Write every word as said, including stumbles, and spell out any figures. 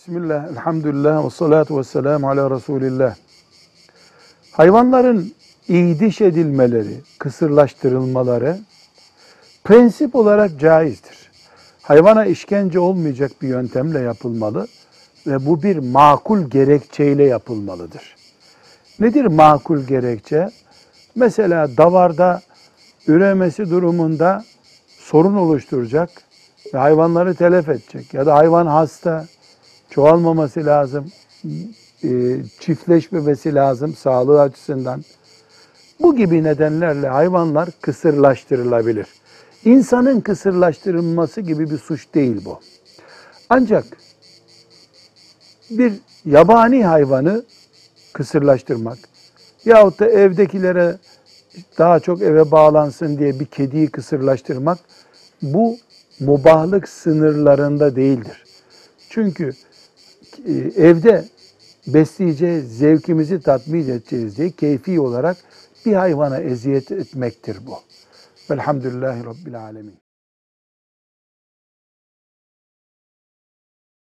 Bismillah, elhamdülillah, ve salatu ve selamu ala Resulillah. Hayvanların iydiş edilmeleri, kısırlaştırılmaları prensip olarak caizdir. Hayvana işkence olmayacak bir yöntemle yapılmalı ve bu bir makul gerekçeyle yapılmalıdır. Nedir makul gerekçe? Mesela davarda üremesi durumunda sorun oluşturacak ve hayvanları telef edecek ya da hayvan hasta, çoğalmaması lazım, çiftleşmemesi lazım sağlığı açısından. Bu gibi nedenlerle hayvanlar kısırlaştırılabilir. İnsanın kısırlaştırılması gibi bir suç değil bu. Ancak bir yabani hayvanı kısırlaştırmak yahut da evdekilere daha çok eve bağlansın diye bir kediyi kısırlaştırmak bu mubahlık sınırlarında değildir. Çünkü evde besleyeceğiz, zevkimizi tatmin edeceğiz diye keyfi olarak bir hayvana eziyet etmektir bu. Velhamdülillahi Rabbil Alemin.